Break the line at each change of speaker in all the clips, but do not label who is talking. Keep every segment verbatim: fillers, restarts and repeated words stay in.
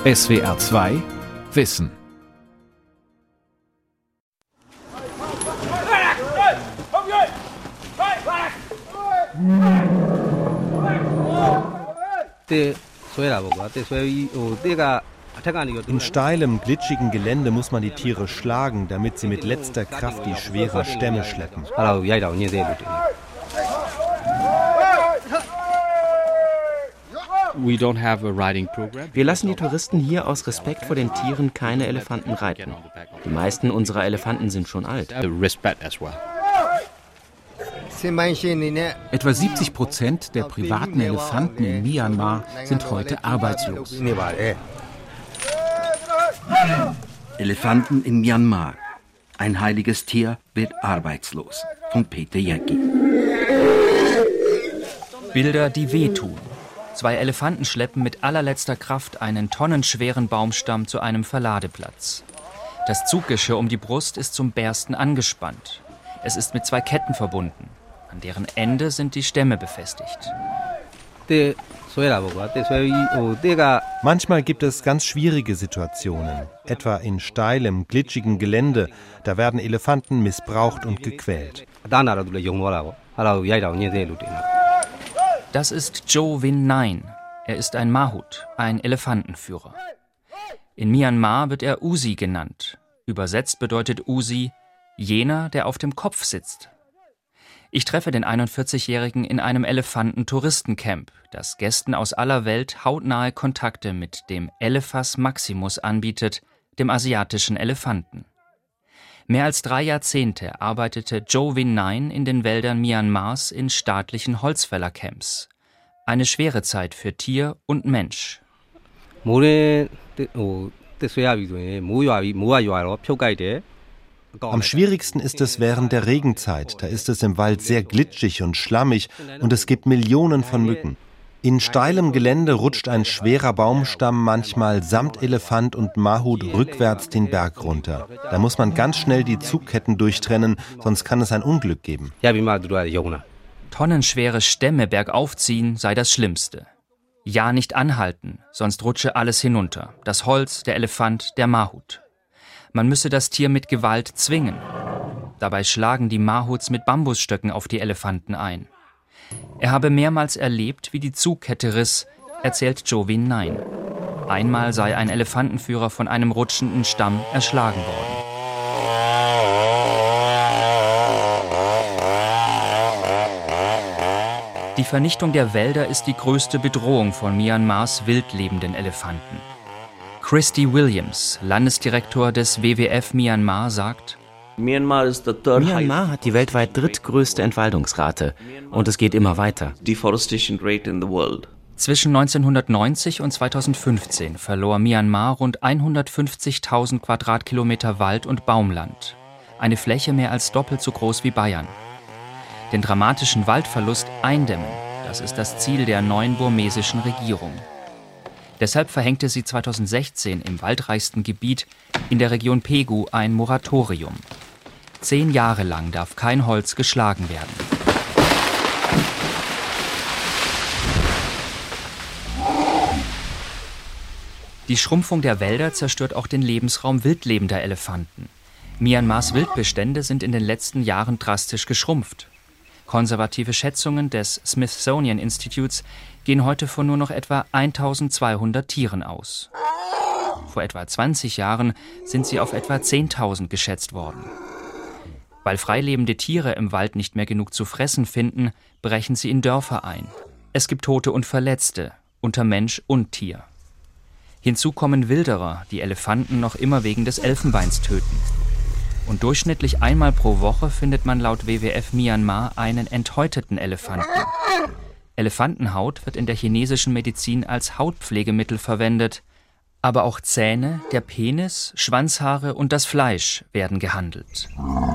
S W R zwei Wissen.
In steilem, glitschigen Gelände muss man die Tiere schlagen, damit sie mit letzter Kraft die schweren Stämme schleppen.
Wir lassen die Touristen hier aus Respekt vor den Tieren keine Elefanten reiten. Die meisten unserer Elefanten sind schon alt.
Etwa siebzig Prozent der privaten Elefanten in Myanmar sind heute arbeitslos.
Elefanten in Myanmar. Ein heiliges Tier wird arbeitslos. Von Peter Jäcki.
Bilder, die wehtun. Zwei Elefanten schleppen mit allerletzter Kraft einen tonnenschweren Baumstamm zu einem Verladeplatz. Das Zuggeschirr um die Brust ist zum Bersten angespannt. Es ist mit zwei Ketten verbunden. An deren Ende sind die Stämme befestigt.
Manchmal gibt es ganz schwierige Situationen, etwa in steilem, glitschigen Gelände. Da werden Elefanten missbraucht und gequält.
Das ist Jo Win Nain. Er ist ein Mahut, ein Elefantenführer. In Myanmar wird er Usi genannt. Übersetzt bedeutet Usi jener, der auf dem Kopf sitzt. Ich treffe den einundvierzigjährigen in einem Elefanten-Touristencamp, das Gästen aus aller Welt hautnahe Kontakte mit dem Elephas maximus anbietet, dem asiatischen Elefanten. Mehr als drei Jahrzehnte arbeitete Jo Win Nain in den Wäldern Myanmars in staatlichen Holzfällercamps. Eine schwere Zeit für Tier und Mensch.
Am schwierigsten ist es während der Regenzeit. Da ist es im Wald sehr glitschig und schlammig und es gibt Millionen von Mücken. In steilem Gelände rutscht ein schwerer Baumstamm manchmal samt Elefant und Mahut rückwärts den Berg runter. Da muss man ganz schnell die Zugketten durchtrennen, sonst kann es ein Unglück geben.
Tonnenschwere Stämme bergauf ziehen sei das Schlimmste. Ja, nicht anhalten, sonst rutsche alles hinunter. Das Holz, der Elefant, der Mahut. Man müsse das Tier mit Gewalt zwingen. Dabei schlagen die Mahuts mit Bambusstöcken auf die Elefanten ein. Er habe mehrmals erlebt, wie die Zugkette riss, erzählt Jo Win Nain. Einmal sei ein Elefantenführer von einem rutschenden Stamm erschlagen worden. Die Vernichtung der Wälder ist die größte Bedrohung von Myanmars wildlebenden Elefanten. Christy Williams, Landesdirektor des W W F Myanmar, sagt:
Myanmar hat die weltweit drittgrößte Entwaldungsrate und es geht immer weiter.
Zwischen neunzehnhundertneunzig und zweitausendfünfzehn verlor Myanmar rund hundertfünfzigtausend Quadratkilometer Wald- und Baumland. Eine Fläche mehr als doppelt so groß wie Bayern. Den dramatischen Waldverlust eindämmen, das ist das Ziel der neuen burmesischen Regierung. Deshalb verhängte sie zweitausendsechzehn im waldreichsten Gebiet in der Region Pegu ein Moratorium. Zehn Jahre lang darf kein Holz geschlagen werden. Die Schrumpfung der Wälder zerstört auch den Lebensraum wildlebender Elefanten. Myanmars Wildbestände sind in den letzten Jahren drastisch geschrumpft. Konservative Schätzungen des Smithsonian Institutes gehen heute von nur noch etwa eintausendzweihundert Tieren aus. Vor etwa zwanzig Jahren sind sie auf etwa zehntausend geschätzt worden. Weil freilebende Tiere im Wald nicht mehr genug zu fressen finden, brechen sie in Dörfer ein. Es gibt Tote und Verletzte, unter Mensch und Tier. Hinzu kommen Wilderer, die Elefanten noch immer wegen des Elfenbeins töten. Und durchschnittlich einmal pro Woche findet man laut W W F Myanmar einen enthäuteten Elefanten. Elefantenhaut wird in der chinesischen Medizin als Hautpflegemittel verwendet, aber auch Zähne, der Penis, Schwanzhaare und das Fleisch werden gehandelt.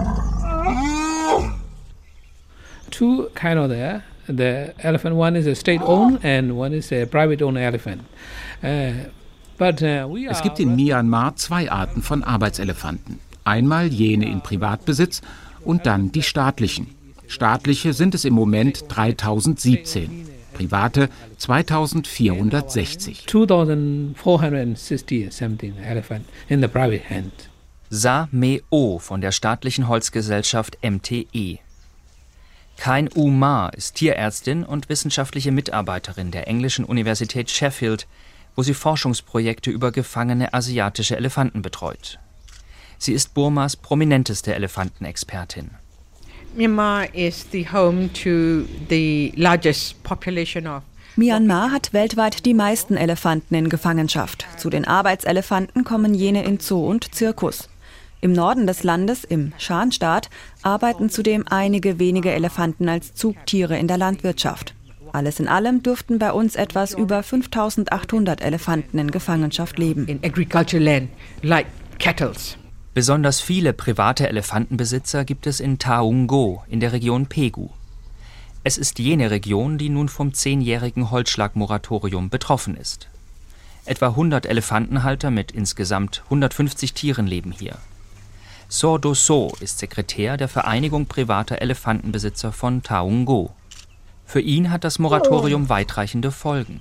Two kind of there. The elephant one is a state-owned and one is a private-owned elephant. Uh, but uh, we are
Es gibt in Myanmar zwei Arten von Arbeitselefanten. Einmal jene in Privatbesitz und dann die staatlichen. Staatliche sind es im Moment dreitausendsiebzehn. private zweitausendvierhundertsechzig.
twenty-four sixty elephant in the private hand.
Sa Me-o von der staatlichen Holzgesellschaft M T E. Kain-U Ma ist Tierärztin und wissenschaftliche Mitarbeiterin der englischen Universität Sheffield, wo sie Forschungsprojekte über gefangene asiatische Elefanten betreut. Sie ist Burmas prominenteste Elefantenexpertin.
Myanmar is the home to the largest population of
Myanmar hat weltweit die meisten Elefanten in Gefangenschaft. Zu den Arbeitselefanten kommen jene in Zoo und Zirkus. Im Norden des Landes, im Shan-Staat, arbeiten zudem einige wenige Elefanten als Zugtiere in der Landwirtschaft. Alles in allem dürften bei uns etwas über fünftausendachthundert Elefanten in Gefangenschaft leben.
In agricultural land, like cattle.
Besonders viele private Elefantenbesitzer gibt es in Taung Go in der Region Pegu. Es ist jene Region, die nun vom zehnjährigen Holzschlagmoratorium betroffen ist. Etwa hundert Elefantenhalter mit insgesamt hundertfünfzig Tieren leben hier. So Do So ist Sekretär der Vereinigung privater Elefantenbesitzer von Taung Go. Für ihn hat das Moratorium weitreichende Folgen.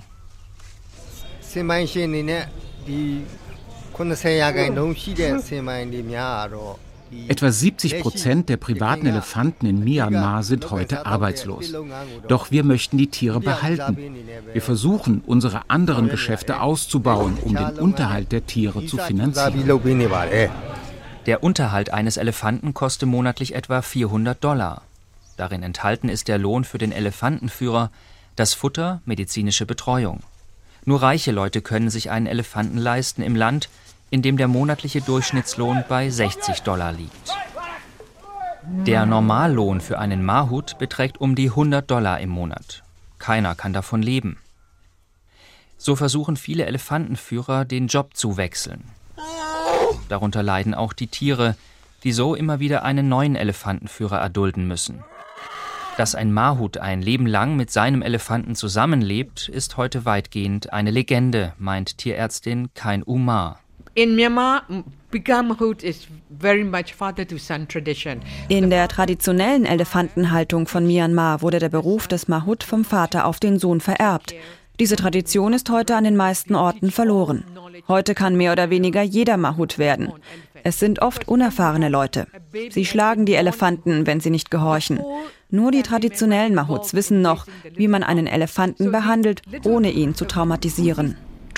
Etwa siebzig Prozent der privaten Elefanten in Myanmar sind heute arbeitslos. Doch wir möchten die Tiere behalten. Wir versuchen, unsere anderen Geschäfte auszubauen, um den Unterhalt der Tiere zu finanzieren.
Der Unterhalt eines Elefanten kostet monatlich etwa vierhundert Dollar. Darin enthalten ist der Lohn für den Elefantenführer, das Futter, medizinische Betreuung. Nur reiche Leute können sich einen Elefanten leisten im Land, in dem der monatliche Durchschnittslohn bei sechzig Dollar liegt. Der Normallohn für einen Mahut beträgt um die hundert Dollar im Monat. Keiner kann davon leben. So versuchen viele Elefantenführer, den Job zu wechseln. Darunter leiden auch die Tiere, die so immer wieder einen neuen Elefantenführer erdulden müssen. Dass ein Mahut ein Leben lang mit seinem Elefanten zusammenlebt, ist heute weitgehend eine Legende, meint Tierärztin Kain-U Ma.
In Myanmar, Mahut is very much father-to-son tradition.
In der traditionellen Elefantenhaltung von Myanmar wurde der Beruf des Mahut vom Vater auf den Sohn vererbt. Diese Tradition ist heute an den meisten Orten verloren. Heute kann mehr oder weniger jeder Mahut werden. Es sind oft unerfahrene Leute. Sie schlagen die Elefanten, wenn sie nicht gehorchen. Nur die traditionellen Mahuts wissen noch, wie man einen Elefanten behandelt, ohne ihn zu traumatisieren.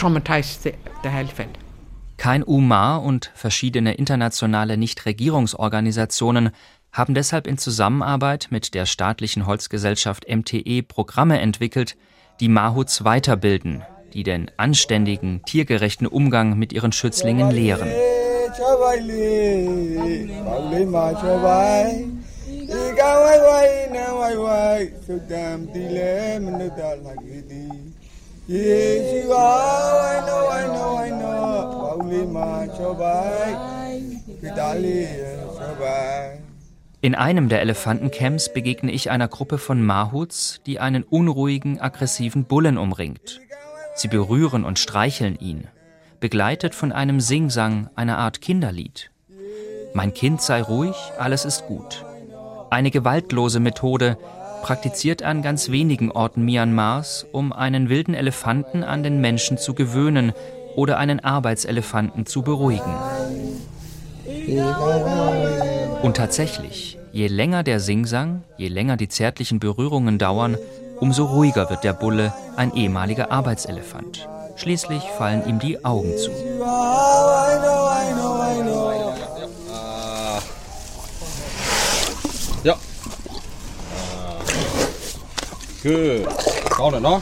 Kain-U Ma und verschiedene internationale Nichtregierungsorganisationen haben deshalb in Zusammenarbeit mit der staatlichen Holzgesellschaft M T E Programme entwickelt, die Mahuts weiterbilden, die den anständigen, tiergerechten Umgang mit ihren Schützlingen lehren. In einem der Elefantencamps begegne ich einer Gruppe von Mahuts, die einen unruhigen, aggressiven Bullen umringt. Sie berühren und streicheln ihn, begleitet von einem Singsang, einer Art Kinderlied. Mein Kind sei ruhig, alles ist gut. Eine gewaltlose Methode, praktiziert an ganz wenigen Orten Myanmars, um einen wilden Elefanten an den Menschen zu gewöhnen oder einen Arbeitselefanten zu beruhigen. Und tatsächlich, je länger der Singsang, je länger die zärtlichen Berührungen dauern, umso ruhiger wird der Bulle, ein ehemaliger Arbeitselefant. Schließlich fallen ihm die Augen zu.
Ja. Good. Got it, no?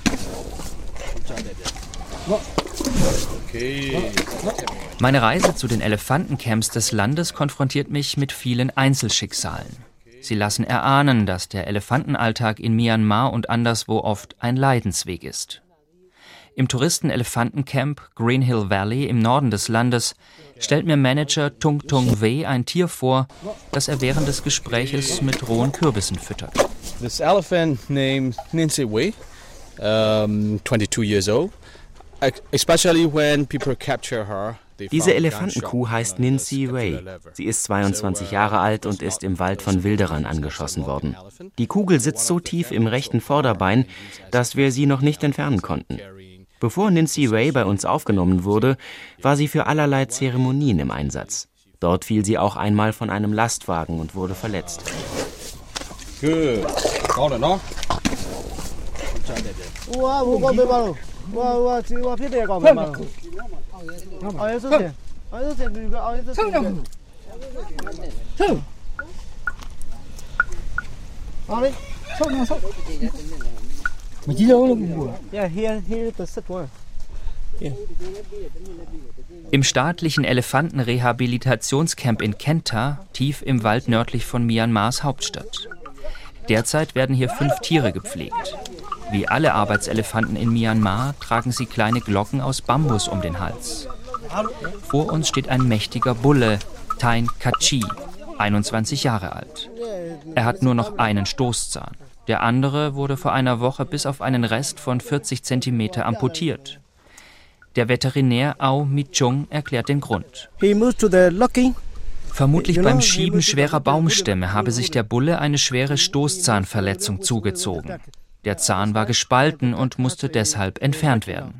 Okay.
Meine Reise zu den Elefantencamps des Landes konfrontiert mich mit vielen Einzelschicksalen. Sie lassen erahnen, dass der Elefantenalltag in Myanmar und anderswo oft ein Leidensweg ist. Im Touristen-Elefantencamp Green Hill Valley im Norden des Landes stellt mir Manager Tung Tung Wei ein Tier vor, das er während des Gespräches mit rohen Kürbissen füttert.
This elephant named Ninsi Wei, um, twenty-two years old.
especially when people capture her.
Diese Elefantenkuh heißt Ninsi Ray. Sie ist zweiundzwanzig Jahre alt und ist im Wald von Wilderern angeschossen worden. Die Kugel sitzt so tief im rechten Vorderbein, dass wir sie noch nicht entfernen konnten. Bevor Ninsi Ray bei uns aufgenommen wurde, war sie für allerlei Zeremonien im Einsatz. Dort fiel sie auch einmal von einem Lastwagen und wurde verletzt.
Good. Got it, no?
Im staatlichen Elefantenrehabilitationscamp in Kenta, tief im Wald nördlich von Myanmars Hauptstadt. Derzeit werden hier fünf Tiere gepflegt. Wie alle Arbeitselefanten in Myanmar tragen sie kleine Glocken aus Bambus um den Hals. Vor uns steht ein mächtiger Bulle, Tain Kachi, einundzwanzig Jahre alt. Er hat nur noch einen Stoßzahn. Der andere wurde vor einer Woche bis auf einen Rest von vierzig Zentimeter amputiert. Der Veterinär Au Michung erklärt den Grund. Vermutlich beim Schieben schwerer Baumstämme habe sich der Bulle eine schwere Stoßzahnverletzung zugezogen. Der Zahn war gespalten und musste deshalb entfernt werden.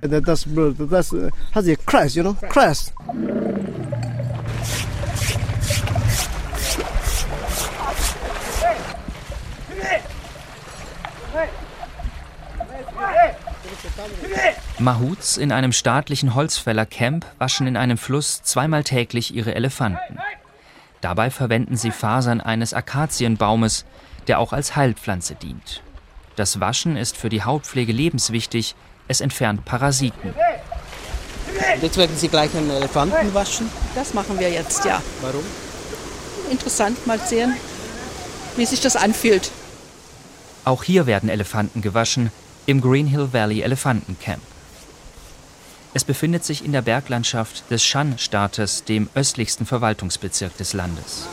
Mahouts in einem staatlichen Holzfällercamp waschen in einem Fluss zweimal täglich ihre Elefanten. Dabei verwenden sie Fasern eines Akazienbaumes, der auch als Heilpflanze dient. Das Waschen ist für die Hautpflege lebenswichtig, es entfernt Parasiten.
Jetzt werden Sie gleich einen Elefanten waschen?
Das machen wir jetzt, ja.
Warum?
Interessant, mal sehen, wie sich das anfühlt.
Auch hier werden Elefanten gewaschen, im Green Hill Valley Elefantencamp. Es befindet sich in der Berglandschaft des Shan-Staates, dem östlichsten Verwaltungsbezirk des Landes.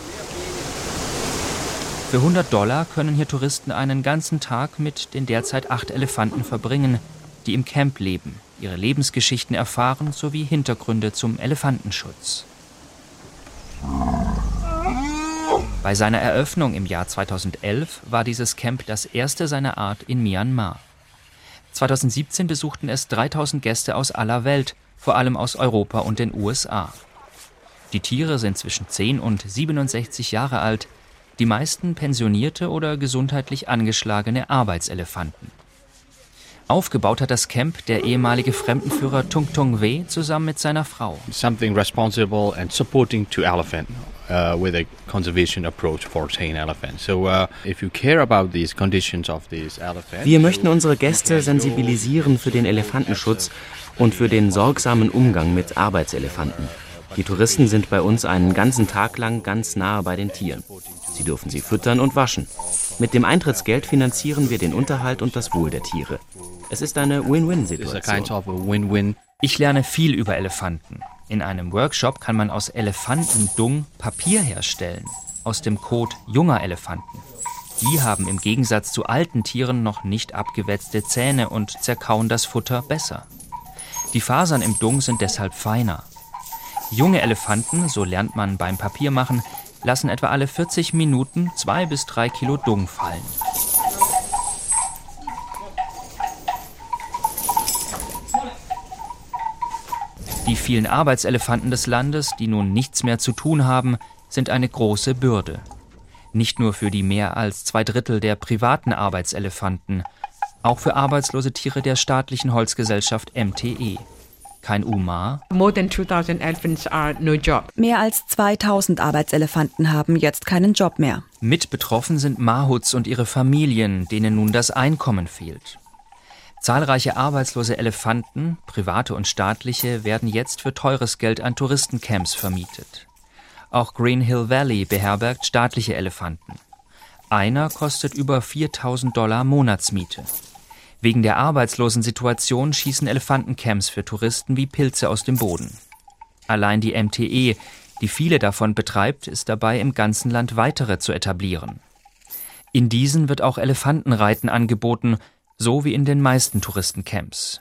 Für hundert Dollar können hier Touristen einen ganzen Tag mit den derzeit acht Elefanten verbringen, die im Camp leben, ihre Lebensgeschichten erfahren sowie Hintergründe zum Elefantenschutz. Bei seiner Eröffnung im Jahr zweitausendelf war dieses Camp das erste seiner Art in Myanmar. zweitausendsiebzehn besuchten es dreitausend Gäste aus aller Welt, vor allem aus Europa und den U S A. Die Tiere sind zwischen zehn und siebenundsechzig Jahre alt, die meisten pensionierte oder gesundheitlich angeschlagene Arbeitselefanten. Aufgebaut hat das Camp der ehemalige Fremdenführer Tung Tung Weh zusammen mit seiner Frau.
Something responsible and supporting to elephant uh, with a conservation approach for tame elephants. So uh, if you care about these conditions of these elephants.
Wir möchten unsere Gäste sensibilisieren für den Elefantenschutz und für den sorgsamen Umgang mit Arbeitselefanten. Die Touristen sind bei uns einen ganzen Tag lang ganz nahe bei den Tieren. Sie dürfen sie füttern und waschen. Mit dem Eintrittsgeld finanzieren wir den Unterhalt und das Wohl der Tiere. Es ist eine Win-Win-Situation.
Ich lerne viel über Elefanten. In einem Workshop kann man aus Elefantendung Papier herstellen, aus dem Kot junger Elefanten. Die haben im Gegensatz zu alten Tieren noch nicht abgewetzte Zähne und zerkauen das Futter besser. Die Fasern im Dung sind deshalb feiner. Junge Elefanten, so lernt man beim Papiermachen, lassen etwa alle vierzig Minuten zwei bis drei Kilo Dung fallen. Die vielen Arbeitselefanten des Landes, die nun nichts mehr zu tun haben, sind eine große Bürde. Nicht nur für die mehr als zwei Drittel der privaten Arbeitselefanten, auch für arbeitslose Tiere der staatlichen Holzgesellschaft M T E. Kein Umar.
Mehr als zweitausend Arbeitselefanten haben jetzt keinen Job mehr.
Mit betroffen sind Mahouts und ihre Familien, denen nun das Einkommen fehlt. Zahlreiche arbeitslose Elefanten, private und staatliche, werden jetzt für teures Geld an Touristencamps vermietet. Auch Green Hill Valley beherbergt staatliche Elefanten. Einer kostet über viertausend Dollar Monatsmiete. Wegen der Arbeitslosensituation schießen Elefantencamps für Touristen wie Pilze aus dem Boden. Allein die M T E, die viele davon betreibt, ist dabei, im ganzen Land weitere zu etablieren. In diesen wird auch Elefantenreiten angeboten, so wie in den meisten Touristencamps.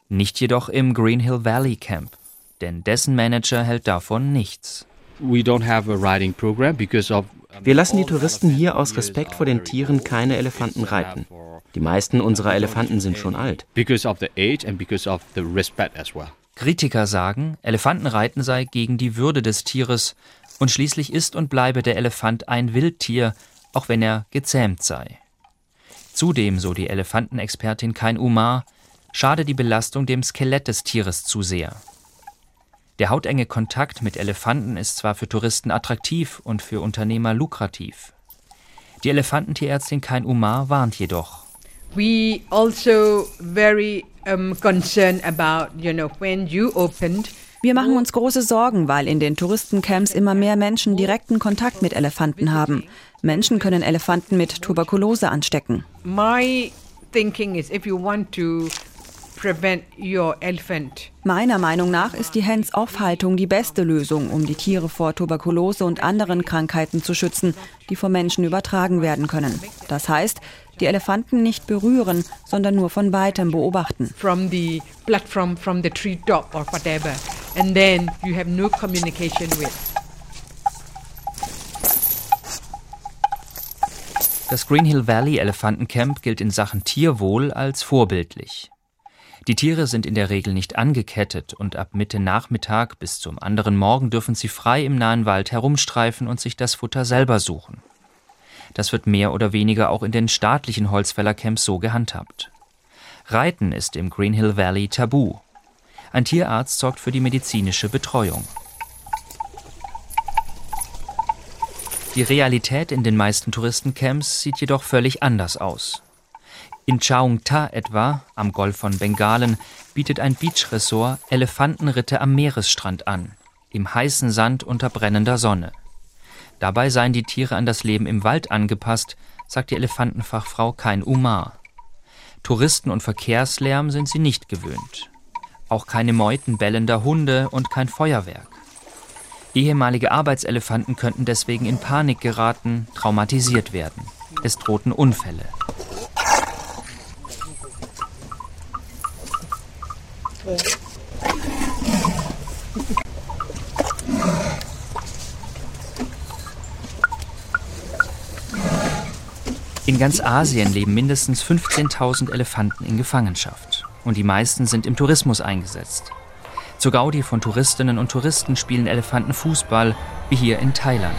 Nicht jedoch im Green Hill Valley Camp, denn dessen Manager hält davon nichts.
We don't have a riding program because of
Wir lassen die Touristen hier aus Respekt vor den Tieren keine Elefanten reiten. Die meisten unserer Elefanten sind schon alt.
Because of the age and because of the respect as well.
Kritiker sagen, Elefantenreiten sei gegen die Würde des Tieres und schließlich ist und bleibe der Elefant ein Wildtier, auch wenn er gezähmt sei. Zudem, so die Elefantenexpertin Kain Umar, schade die Belastung dem Skelett des Tieres zu sehr. Der hautenge Kontakt mit Elefanten ist zwar für Touristen attraktiv und für Unternehmer lukrativ. Die Elefantentierärztin Kain Umar warnt jedoch.
We also very um, concerned about, you know, when you opened.
Wir machen uns große Sorgen, weil in den Touristencamps immer mehr Menschen direkten Kontakt mit Elefanten haben. Menschen können Elefanten mit Tuberkulose anstecken.
My thinking is, if you want to prevent your elephant.
Meiner Meinung nach ist die Hands-off-Haltung die beste Lösung, um die Tiere vor Tuberkulose und anderen Krankheiten zu schützen, die von Menschen übertragen werden können. Das heißt, die Elefanten nicht berühren, sondern nur von weitem beobachten.
From the platform, from the treetop or whatever, and then you have no communication with.
Das Green Hill Valley Elefantencamp gilt in Sachen Tierwohl als vorbildlich. Die Tiere sind in der Regel nicht angekettet und ab Mitte Nachmittag bis zum anderen Morgen dürfen sie frei im nahen Wald herumstreifen und sich das Futter selber suchen. Das wird mehr oder weniger auch in den staatlichen Holzfällercamps so gehandhabt. Reiten ist im Green Hill Valley tabu. Ein Tierarzt sorgt für die medizinische Betreuung. Die Realität in den meisten Touristencamps sieht jedoch völlig anders aus. In Chaung Ta etwa, am Golf von Bengalen, bietet ein Beach-Resort Elefantenritte am Meeresstrand an, im heißen Sand unter brennender Sonne. Dabei seien die Tiere an das Leben im Wald angepasst, sagt die Elefantenfachfrau Kain Umar. Touristen und Verkehrslärm sind sie nicht gewöhnt. Auch keine Meuten bellender Hunde und kein Feuerwerk. Ehemalige Arbeitselefanten könnten deswegen in Panik geraten, traumatisiert werden. Es drohten Unfälle. In ganz Asien leben mindestens fünfzehntausend Elefanten in Gefangenschaft. Und die meisten sind im Tourismus eingesetzt. Zur Gaudi von Touristinnen und Touristen spielen Elefanten Fußball, wie hier in Thailand.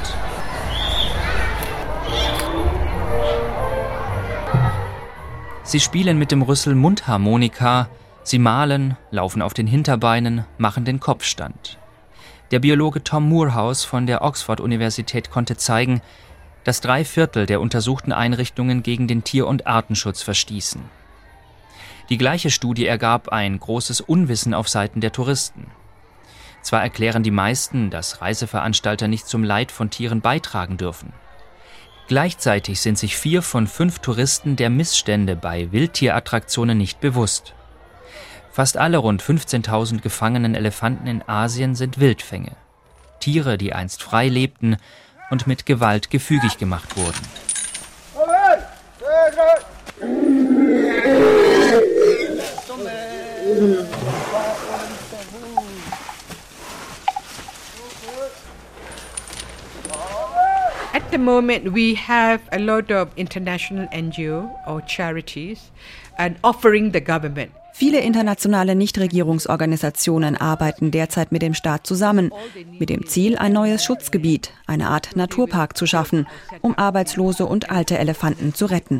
Sie spielen mit dem Rüssel Mundharmonika, sie malen, laufen auf den Hinterbeinen, machen den Kopfstand. Der Biologe Tom Moorhouse von der Oxford-Universität konnte zeigen, dass drei Viertel der untersuchten Einrichtungen gegen den Tier- und Artenschutz verstießen. Die gleiche Studie ergab ein großes Unwissen auf Seiten der Touristen. Zwar erklären die meisten, dass Reiseveranstalter nicht zum Leid von Tieren beitragen dürfen. Gleichzeitig sind sich vier von fünf Touristen der Missstände bei Wildtierattraktionen nicht bewusst. Fast alle rund fünfzehntausend gefangenen Elefanten in Asien sind Wildfänge. Tiere, die einst frei lebten und mit Gewalt gefügig gemacht wurden.
At the moment, we have a lot of international N G O or charities and offering the government.
Viele internationale Nichtregierungsorganisationen arbeiten derzeit mit dem Staat zusammen, mit dem Ziel, ein neues Schutzgebiet, eine Art Naturpark zu schaffen, um arbeitslose und alte Elefanten zu retten.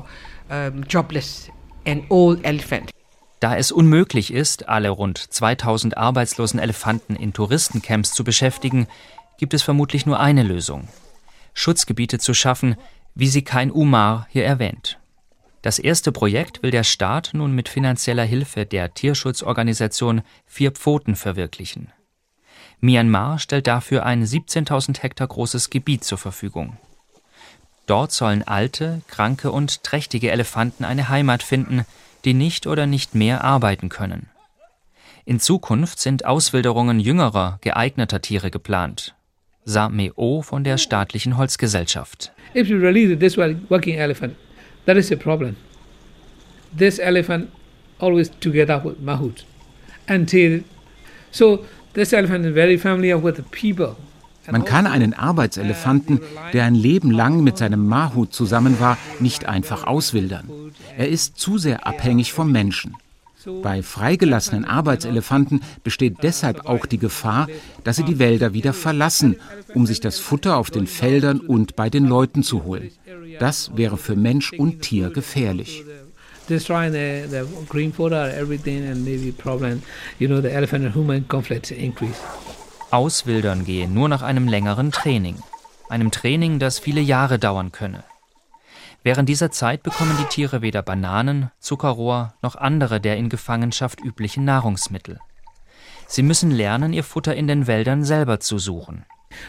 Da es unmöglich ist, alle rund zweitausend arbeitslosen Elefanten in Touristencamps zu beschäftigen, gibt es vermutlich nur eine Lösung: Schutzgebiete zu schaffen, wie sie Kain Umar hier erwähnt. Das erste Projekt will der Staat nun mit finanzieller Hilfe der Tierschutzorganisation Vier Pfoten verwirklichen. Myanmar stellt dafür ein siebzehntausend Hektar großes Gebiet zur Verfügung. Dort sollen alte, kranke und trächtige Elefanten eine Heimat finden, die nicht oder nicht mehr arbeiten können. In Zukunft sind Auswilderungen jüngerer, geeigneter Tiere geplant. Sa Me-o von der staatlichen Holzgesellschaft.
If you release this working elephant, that is a problem. This elephant always together with Mahout. Until, so this elephant is very familiar with the people.
Man kann einen Arbeitselefanten, der ein Leben lang mit seinem Mahout zusammen war, nicht einfach auswildern. Er ist zu sehr abhängig vom Menschen. Bei freigelassenen Arbeitselefanten besteht deshalb auch die Gefahr, dass sie die Wälder wieder verlassen, um sich das Futter auf den Feldern und bei den Leuten zu holen. Das wäre für Mensch und Tier gefährlich.
Destroying the, the green fodder, everything, and maybe problem, you know, the elephant and human conflict increase.
Auswildern gehe nur nach einem längeren Training. Einem Training, das viele Jahre dauern könne. Während dieser Zeit bekommen die Tiere weder Bananen, Zuckerrohr noch andere der in Gefangenschaft üblichen Nahrungsmittel. Sie müssen lernen, ihr Futter in den Wäldern selber zu suchen.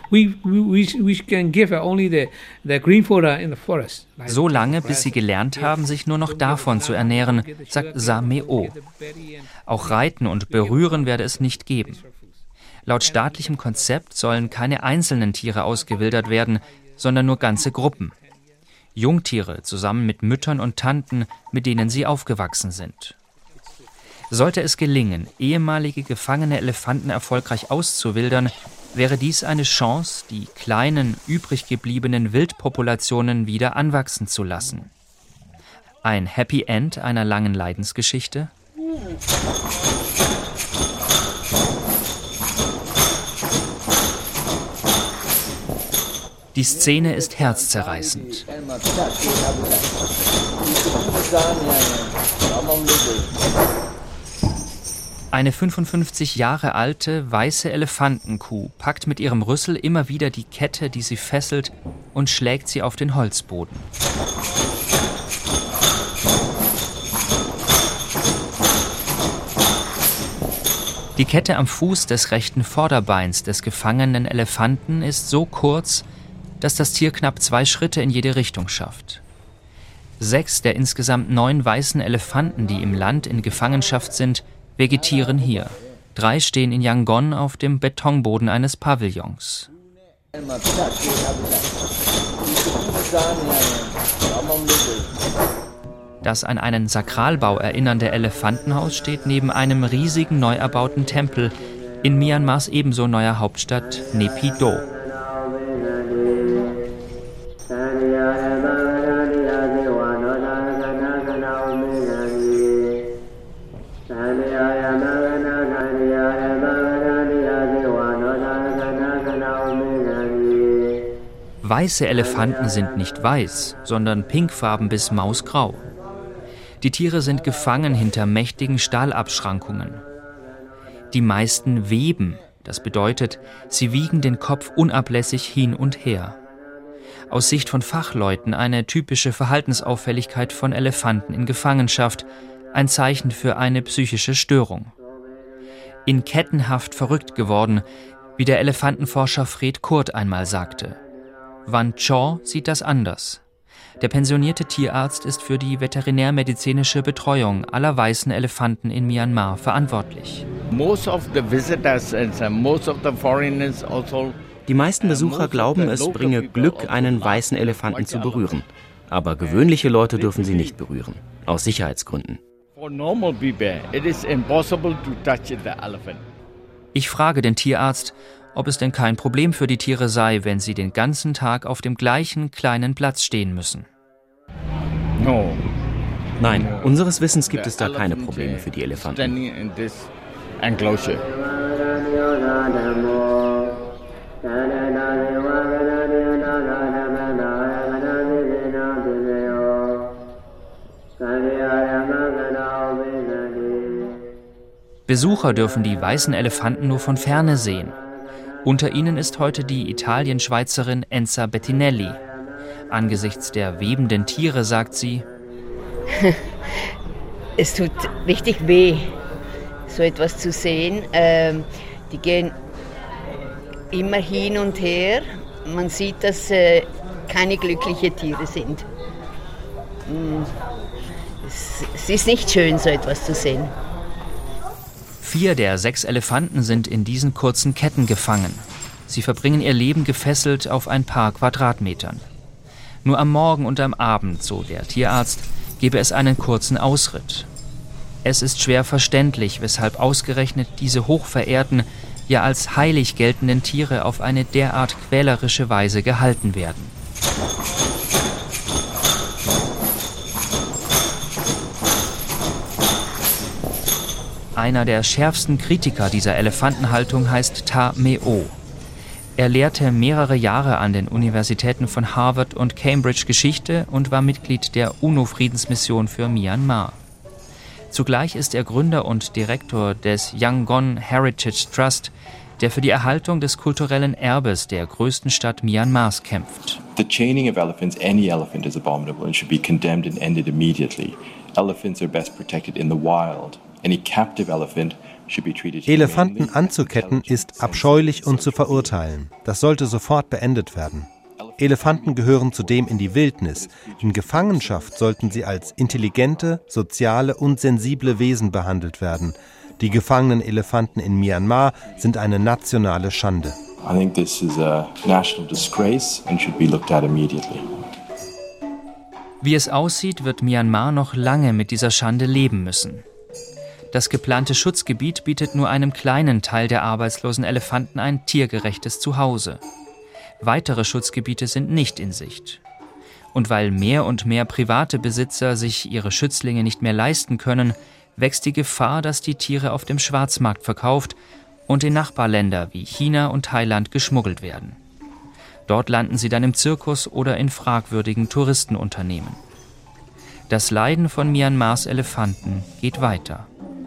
So lange, bis sie gelernt haben, sich nur noch davon zu ernähren, sagt Sa-me-o. Auch Reiten und Berühren werde es nicht geben. Laut staatlichem Konzept sollen keine einzelnen Tiere ausgewildert werden, sondern nur ganze Gruppen. Jungtiere zusammen mit Müttern und Tanten, mit denen sie aufgewachsen sind. Sollte es gelingen, ehemalige gefangene Elefanten erfolgreich auszuwildern, wäre dies eine Chance, die kleinen, übrig gebliebenen Wildpopulationen wieder anwachsen zu lassen. Ein Happy End einer langen Leidensgeschichte? Die Szene ist herzzerreißend. Eine fünfundfünfzig Jahre alte, weiße Elefantenkuh packt mit ihrem Rüssel immer wieder die Kette, die sie fesselt, und schlägt sie auf den Holzboden. Die Kette am Fuß des rechten Vorderbeins des gefangenen Elefanten ist so kurz, dass das Tier knapp zwei Schritte in jede Richtung schafft. Sechs der insgesamt neun weißen Elefanten, die im Land in Gefangenschaft sind, vegetieren hier. Drei stehen in Yangon auf dem Betonboden eines Pavillons. Das an einen Sakralbau erinnernde Elefantenhaus steht neben einem riesigen neu erbauten Tempel in Myanmars ebenso neuer Hauptstadt Naypyidaw. Weiße Elefanten sind nicht weiß, sondern pinkfarben bis mausgrau. Die Tiere sind gefangen hinter mächtigen Stahlabschrankungen. Die meisten weben, das bedeutet, sie wiegen den Kopf unablässig hin und her. Aus Sicht von Fachleuten eine typische Verhaltensauffälligkeit von Elefanten in Gefangenschaft, ein Zeichen für eine psychische Störung. In Kettenhaft verrückt geworden, wie der Elefantenforscher Fred Kurt einmal sagte. Van Chaw sieht das anders. Der pensionierte Tierarzt ist für die veterinärmedizinische Betreuung aller weißen Elefanten in Myanmar verantwortlich.
Die meisten Besucher glauben, es bringe Glück, einen weißen Elefanten zu berühren. Aber gewöhnliche Leute dürfen sie nicht berühren, aus Sicherheitsgründen.
Ich frage den Tierarzt, ob es denn kein Problem für die Tiere sei, wenn sie den ganzen Tag auf dem gleichen kleinen Platz stehen müssen.
Nein, unseres Wissens gibt es da keine Probleme für die Elefanten.
Besucher dürfen die weißen Elefanten nur von Ferne sehen. Unter ihnen ist heute die Italienschweizerin Enza Bettinelli. Angesichts der webenden Tiere sagt sie:
Es tut richtig weh, so etwas zu sehen. Ähm, die gehen immer hin und her. Man sieht, dass äh, keine glücklichen Tiere sind. Es, es ist nicht schön, so etwas zu sehen.
Vier der sechs Elefanten sind in diesen kurzen Ketten gefangen. Sie verbringen ihr Leben gefesselt auf ein paar Quadratmetern. Nur am Morgen und am Abend, so der Tierarzt, gebe es einen kurzen Ausritt. Es ist schwer verständlich, weshalb ausgerechnet diese hochverehrten, ja als heilig geltenden Tiere auf eine derart quälerische Weise gehalten werden. Einer der schärfsten Kritiker dieser Elefantenhaltung heißt Ta Meo. Er lehrte mehrere Jahre an den Universitäten von Harvard und Cambridge Geschichte und war Mitglied der UNO-Friedensmission für Myanmar. Zugleich ist er Gründer und Direktor des Yangon Heritage Trust, der für die Erhaltung des kulturellen Erbes der größten Stadt Myanmars kämpft.
The chaining of elephants, any elephant, is abominable and should be condemned and ended immediately. Elephants are best protected in the wild. Any captive elephant should be treated humanely.
Elefanten anzuketten ist abscheulich und zu verurteilen. Das sollte sofort beendet werden. Elefanten gehören zudem in die Wildnis. In Gefangenschaft sollten sie als intelligente, soziale und sensible Wesen behandelt werden. Die gefangenen Elefanten in Myanmar sind eine nationale Schande.
I think this is a national disgrace and should be looked at immediately.
Wie es aussieht, wird Myanmar noch lange mit dieser Schande leben müssen. Das geplante Schutzgebiet bietet nur einem kleinen Teil der arbeitslosen Elefanten ein tiergerechtes Zuhause. Weitere Schutzgebiete sind nicht in Sicht. Und weil mehr und mehr private Besitzer sich ihre Schützlinge nicht mehr leisten können, wächst die Gefahr, dass die Tiere auf dem Schwarzmarkt verkauft und in Nachbarländer wie China und Thailand geschmuggelt werden. Dort landen sie dann im Zirkus oder in fragwürdigen Touristenunternehmen. Das Leiden von Myanmars Elefanten geht weiter.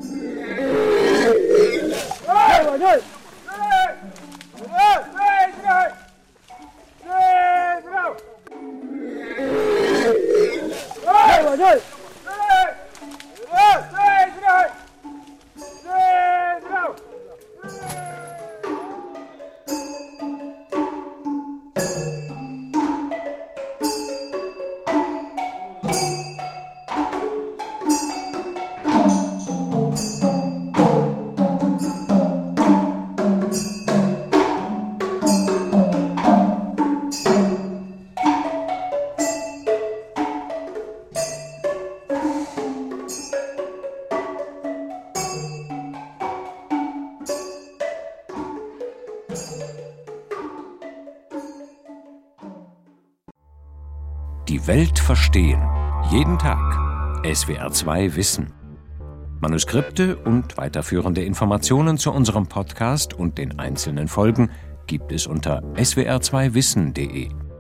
Die Welt verstehen. Jeden Tag. S W R zwei Wissen. Manuskripte und weiterführende Informationen zu unserem Podcast und den einzelnen Folgen gibt es unter s w r zwei wissen punkt de.